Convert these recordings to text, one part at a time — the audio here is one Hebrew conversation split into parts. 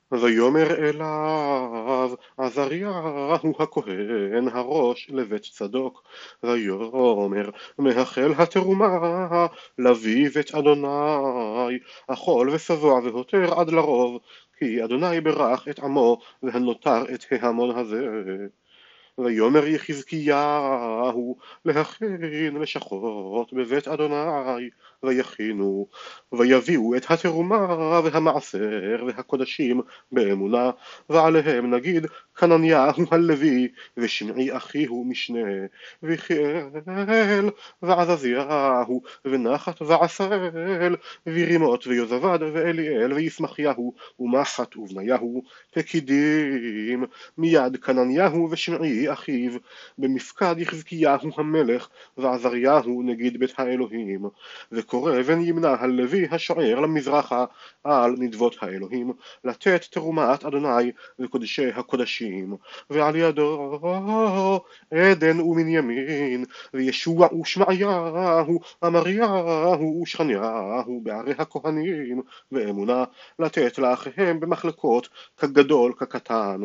ויאמר אליו עזריהו הכהן הראש לבית צדוק, ויאמר מהחל התרומה לביא בית אדוני, אכול ושבוע והותר עד לרוב, כי אדוני ברך את עמו והנותר את ההמון הזה. ויאמר יחזקיהו להכין לשכות בבית אדוני, ויכינו ויביאו את התרומה והמעשר והקודשים באמונה, ועליהם נגיד קנניהו הלוי ושמעי אחיהו משנה ויחיאל ועזזיהו ונחת ועשרל ורימות ויוזבד ואליאל וישמחיהו ומחת ובניהו פקידים מיד קנניהו ושמעי אחיו במפקד יחזקיהו המלך ועזריהו נגיד בית האלוהים, וקורא בן ימנה הלוי השוער למזרחה על נדבות האלוהים לתת תרומת אדוני וקודשי הקודשים, ועל ידו עדן ומנימין וישוע ושמעיהו אמריהו ושכניהו בערי הכהנים באמונה לתת לאחיהם במחלקות כגדול כקטן,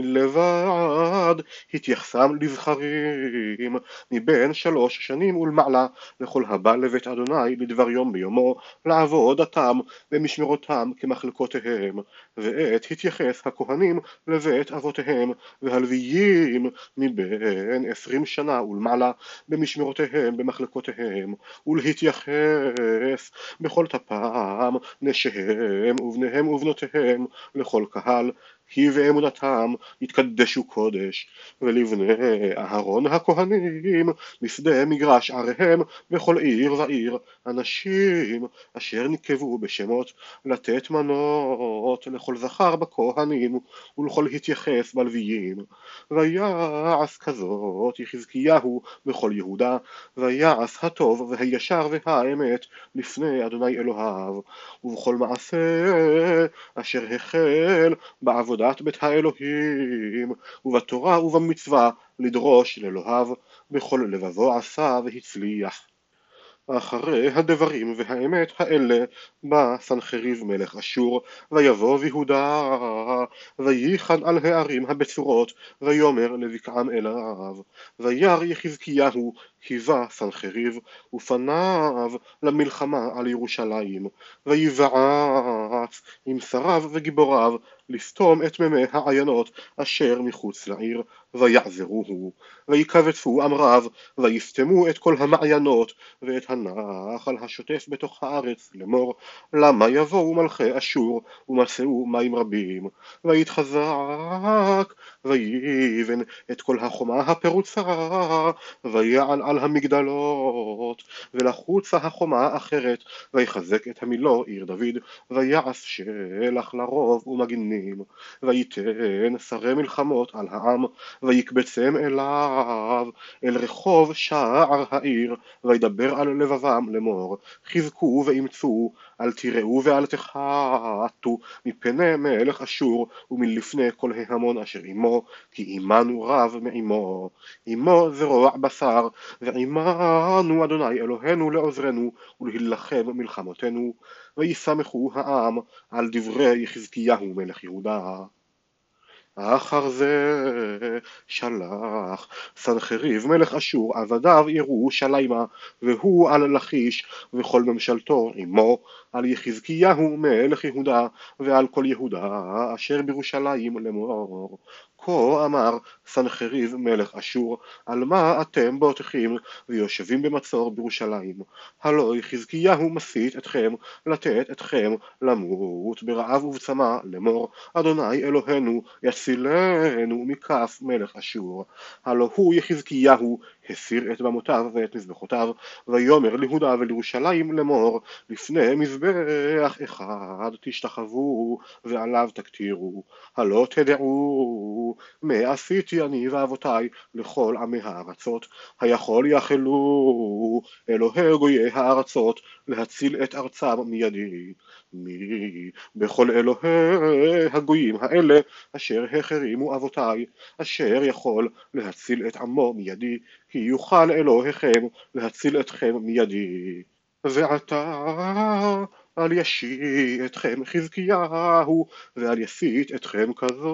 מלבד התייחסם לזכרים מבין 3 שנים ולמעלה לכל הבא לבית אדוני לדבר יום ביומו לעבודתם במשמרותם כמחלקותיהם, ועת התייחס הכהנים לבית אבותיהם והלוויים מבין 20 שנה ולמעלה במשמרותיהם במחלקותיהם, ולהתייחס בכל טפם נשיהם ובניהם ובנותיהם לכל קהל, כי באמונתם יתקדשו קודש, ולבני אהרון הכהנים בשדה מגרש עריהם בכל עיר ועיר אנשים אשר נקבו בשמות לתת מנות לכל זכר בכהנים ולכל התייחס בלוויים. ויעש כזאת יחזקיהו בכל יהודה, ויעש הטוב והישר והאמת לפני אדוני אלוהיו, ובכל מעשה אשר החל בעבודת בית האלוהים ובתורה ובמצווה לדרוש לאלוהיו בכל לבבו עשה והצליח. אחרי הדברים והאמת האלה בא סנחריב מלך אשור ויבוא ויהודה וייחן על הערים הבצורות ויאמר לבקעם אליו, וירא יחזקיהו כי בא סנחריב ופניו למלחמה על ירושלים, ויבעץ עם שריו וגיבוריו לסתום את מימי העיינות אשר מחוץ לעיר, ויעזרוהו ויקבצו אמריו ויסתמו את כל המעיינות ואת הנחל השוטף בתוך הארץ לאמור, למה יבואו מלכי אשור ומצאו מים רבים, ויתחזק ויבן את כל החומה הפרוצה ויעל על המגדלות, ולחוצה החומה האחרת ויחזק את המילו עיר דוד, ויעש שלח לרוב ומגינים, ויתן שרי מלחמות על העם, ויקבצם אליו אל רחוב שער העיר, וידבר על לבבם לאמור, חזקו ואמצו, אל תיראו ואל תחתו מפני מלך אשור ומלפני כל ההמון אשר עמו, כי עמנו רב מעמו, עמו זרוע בשר, ועמנו אדוני אלוהינו לעוזרנו ולהילחם מלחמותינו. וישמחו העם על דברי יחזקיהו מלך יהודה. אחר זה שלח סנחריב מלך אשור עבדיו ירושלימה, והוא על לכיש וכל ממשלתו עמו, על יחזקיהו מלך יהודה ועל כל יהודה אשר בירושלים לאמור, כה אמר סנחריב מלך אשור, על מה אתם בוטחים ויושבים במצור בירושלים? הלא יחזקיהו מסית אתכם לתת אתכם למות ברעב ובצמא לאמור, אדוני אלוהינו יצילנו מכף מלך אשור. הלא הוא יחזקיהו הסיר את במותיו ואת מזבחותיו, ויאמר ליהודה ולירושלים לאמור, לפני מזבח אחד תשתחוו ועליו תקטירו. הלא תדעו מה עשיתי אני ואבותיי לכל עמי הארצות, היכול יחלו אלוהי גויי הארצות להציל את ארצם מידי. מי בכל אלוהי הגויים האלה אשר החרימו אבותיי, אשר יכול להציל את עמו מידי, כי יוכל אלוהיכם להציל אתכם מידי. ועתה אל ישי אתכם חזקיהו, ואל יסית אתכם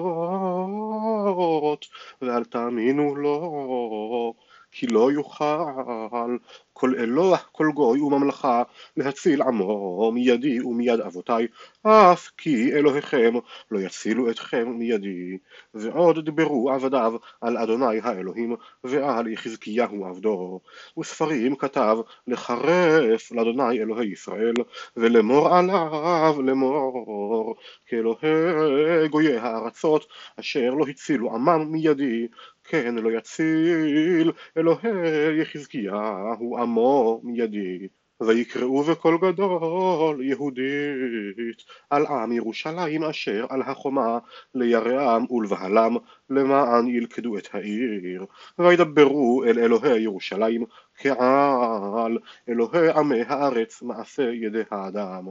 כזאת, ואל תאמינו לו, כי לא יוכל כל אלוה, כל גוי וממלכה להציל עמו מידי ומיד אבותיי, אף כי אלוהיכם לא יצילו אתכם מידי. ועוד דיברו עבדיו על אדוני האלוהים ועל יחזקיהו עבדו, וספרים כתב לחרף לאדוני אלוהי ישראל, ולמור עליו לאמור, כאלוהי גויי הארצות אשר לא הצילו עמם מידי, כן לא יציל אלוהי יחזקיהו עמו מידי. ויקראו בקול גדול יהודית על עם ירושלים אשר על החומה ליראם ולבהלם, למען ילכדו את העיר, וידברו אל אלוהי ירושלים כעל אלוהי עמי הארץ מעשה ידי האדם.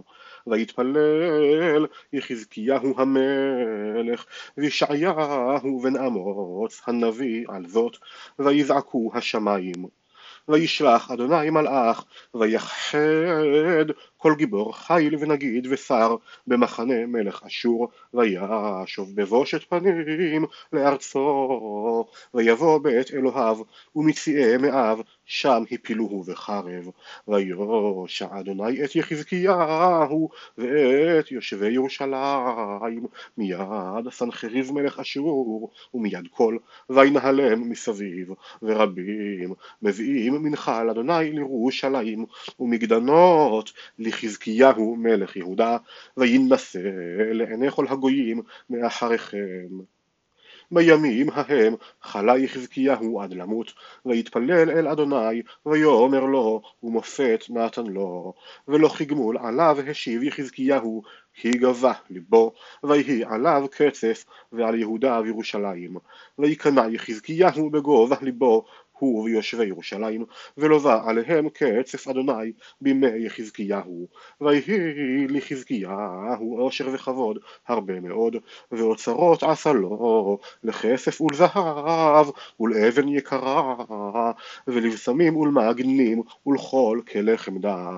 ויתפלל יחזקיהו המלך וישעיהו בן אמוץ הנביא על זאת, ויזעקו השמיים. וישלח אדוני מלאך ויחד כל גיבור חיל ונגיד ושר במחנה מלך אשור, וישוב בבושת פנים לארצו, ויבוא בית אלוהיו ומציעי מאב, שם הפילוהו בחרב. ויושע אדוני את יחזקיהו ואת יושבי ירושלים מיד סנחריב מלך אשור ומיד כל, וינהלם מסביב, ורבים מביאים מנחה לאדוני לירושלים ומגדנות לחזקיהו מלך יהודה, וינשא לעיני כל הגויים מאחריכם. בימים ההם חלה יחזקיהו עד למות, ויתפלל אל אדוני, ויאמר לו, ומופת נתן לו, ולא כגמול עליו השיב יחזקיהו, כי גבה ליבו, ויהי עליו קצף, ועל יהודה וירושלים. ויקנע יחזקיהו בגובה ליבו, הוא ויושבי ירושלים, ולא בא עליהם קצף אדוני בימי יחזקיהו. ויהי לחזקיהו עושר וכבוד הרבה מאוד, ואוצרות עשה לו לכסף ולזהב ולאבן יקרה ולבשמים ולמעגנים ולכל כלי חמדה,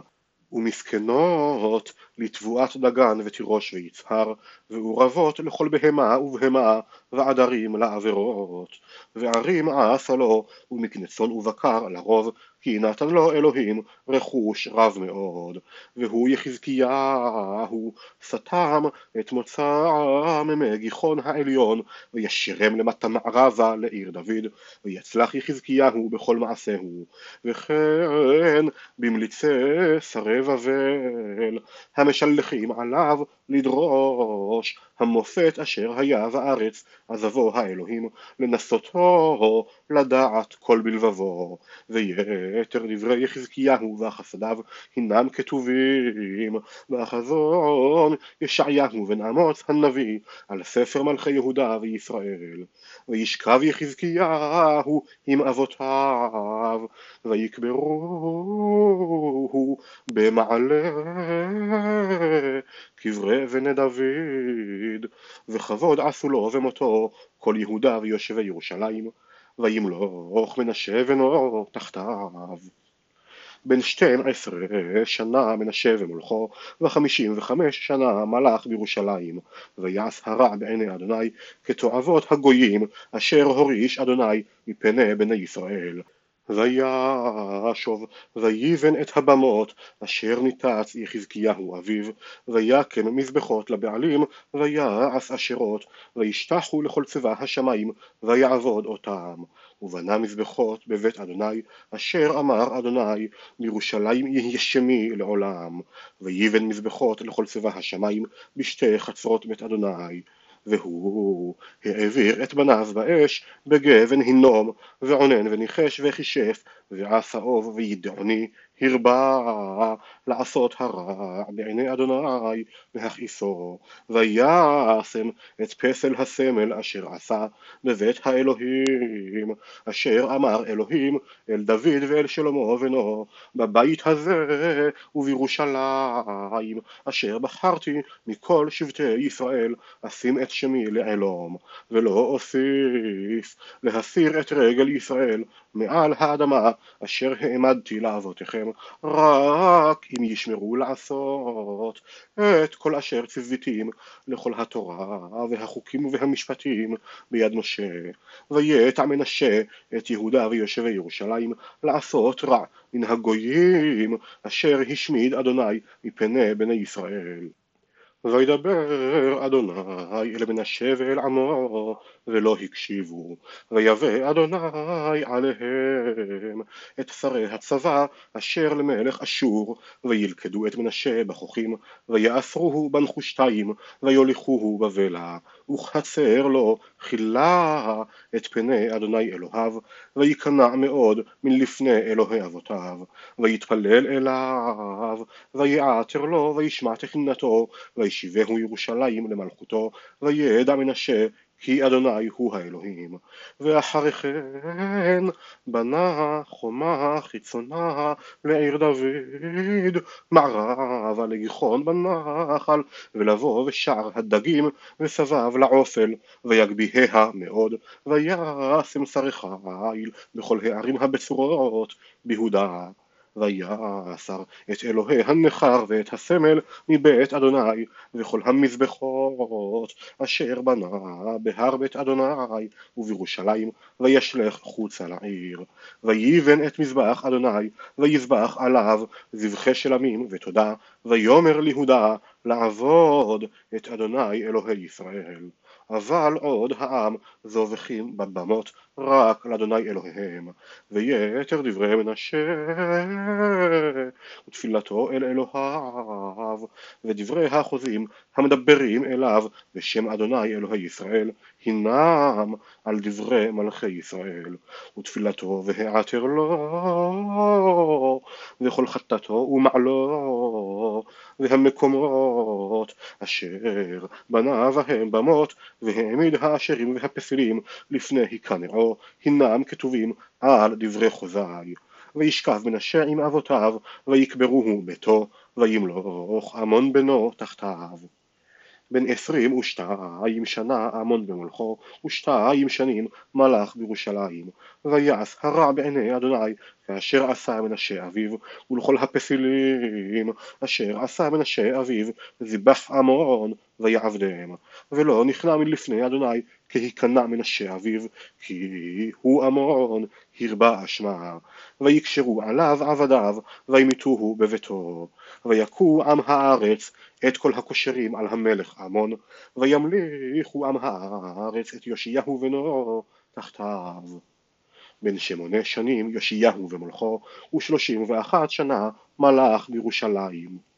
ומסכנות לתבואת דגן ותירוש ויצהר, ועורבות לכל בהמה ובהמה, ועדרים לעבירות, וערים עשה לו, ומקנצון ובקר לרוב, כי נתן לו אלוהים רכוש רב מאוד. והוא יחזקיהו סתם את מוצאם מגיחון העליון, וישרם למטה מערבה לעיר דוד, ויצלח יחזקיהו בכל מעשהו, וכן במליצי שרי בבל המשלחים עליו לדרוש המופת אשר היה בארץ, עזבו האלוהים לנסותו לדעת כל בלבבו. ויתר דברי יחזקיהו וחסדיו הינם כתובים בחזון ישעיהו בן אמוץ הנביא על ספר מלכי יהודה וישראל. וישכב יחזקיהו עם אבותיו, ויקברוהו במעלה קברי בני דוד, וכבוד עשו לו ומותו כל יהודה ויושבי ירושלים, וימלוך מנשה בנו תחתיו. בן 12 שנה מנשה ומולכו, ו55 שנה מלך בירושלים, ויעש הרע בעיני אדוני כתועבות הגויים אשר הוריש אדוני מפני בני ישראל. וישוב ויבן את הבמות אשר ניתץ יחזקיהו אביו, ויקם מזבחות לבעלים, ויעש אשרות, וישתחו לכל צבא השמיים, ויעבוד אותם. ובנה מזבחות בבית אדוני אשר אמר אדוני, לירושלים יהיה שמי לעולם. ויבן מזבחות לכל צבא השמיים בשתי חצרות בית אדוני. והוא העביר את בניו באש בגבן הינום, ועונן וניחש וחישף, ועשה אוב וידעוני, הרבה לעשות הרע בעיני אדוני להכעיסו. וישם את פסל הסמל אשר עשה בבית האלוהים, אשר אמר אלוהים אל דוד ואל שלמה בנו, בבית הזה ובירושלים אשר בחרתי מכל שבטי ישראל אשים את שמי לעלום, ולא אוסיף להסיר את רגל ישראל מעל האדמה אשר העמדתי לאבותיכם אלוהיהם, רק אם ישמרו לעשות את כל אשר ציוויתים לכל התורה והחוקים והמשפטים ביד משה. ויטע מנשה את יהודה ויושבי ירושלים לעשות רע מן הגויים אשר השמיד אדוני מפני בני ישראל. וידבר אדוני אל מנשה ואל עמו ולא הקשיבו, ויבא אדוני עליהם את שרי הצבא אשר למלך אשור, וילכדו את מנשה בחוכים, ויאסרוהו בנחושתיים, ויוליכוהו בבלע, וכחצר לו חילה את פני אדוני אלוהיו, ויקנע מאוד מן לפני אלוהי אבותיו, ויתפלל אליו, ויעתר לו, וישמע תחינתו, וישיבהו ירושלים למלכותו, וידע מנשה כי אדוני הוא האלוהים. ואחרי כן בנה חומה חיצונה לעיר דוד, מערבה לגיחון בנחל, ולבוא ושער הדגים וסבב לעופל, ויגביהה מאוד, וישם שרי חיל בכל הערים הבצורות ביהודה. ויסר את אלוהי הנכר ואת הסמל מבית אדוני, וכל המזבחות אשר בנה בהר בית אדוני ובירושלים, וישלך חוצה לעיר. ויבן את מזבח אדוני, ויזבח עליו זבחי שלמים ותודה, ויאמר ליהודה לעבוד את אדוני אלוהי ישראל. אבל עוד העם זובחים בבמות רק לאדוני אלוהיהם. ויתר דברי מנשה ותפילתו אל אלוהיו, ודברי החוזים המדברים אליו בשם אדוני אלוהי ישראל, הנם על דברי מלכי ישראל. ותפילתו והעתר לו, וכל חטאתו ומעלו, והמקומות אשר בנה בהם במות, והעמיד האשרים והפסילים לפני הקנעו, הנם כתובים על דברי חוזי. וישכב מנשה עם אבותיו, ויקברוהו ביתו, וימלוך עמון בנו תחתיו. בן 22 שנה עמון במלכו, ו2 שנים מלך בירושלים. ויעש הרע בעיני אדוני כאשר עשה מנשה אביו, ולכל הפסילים אשר עשה מנשה אביו זבח עמון ויעבדם, ולא נכנע מלפני אדוני כהיכנע מנשה אביו, כי הוא עמון הרבה אשמה. ויקשרו עליו עבדיו, וימיתוהו בביתו. ויכו עם הארץ את כל הקושרים על המלך עמון, וימליכו עם הארץ את יאשיהו בנו תחתיו. בן 8 שנים יאשיהו במלכו, ו31 שנה מלך בירושלים.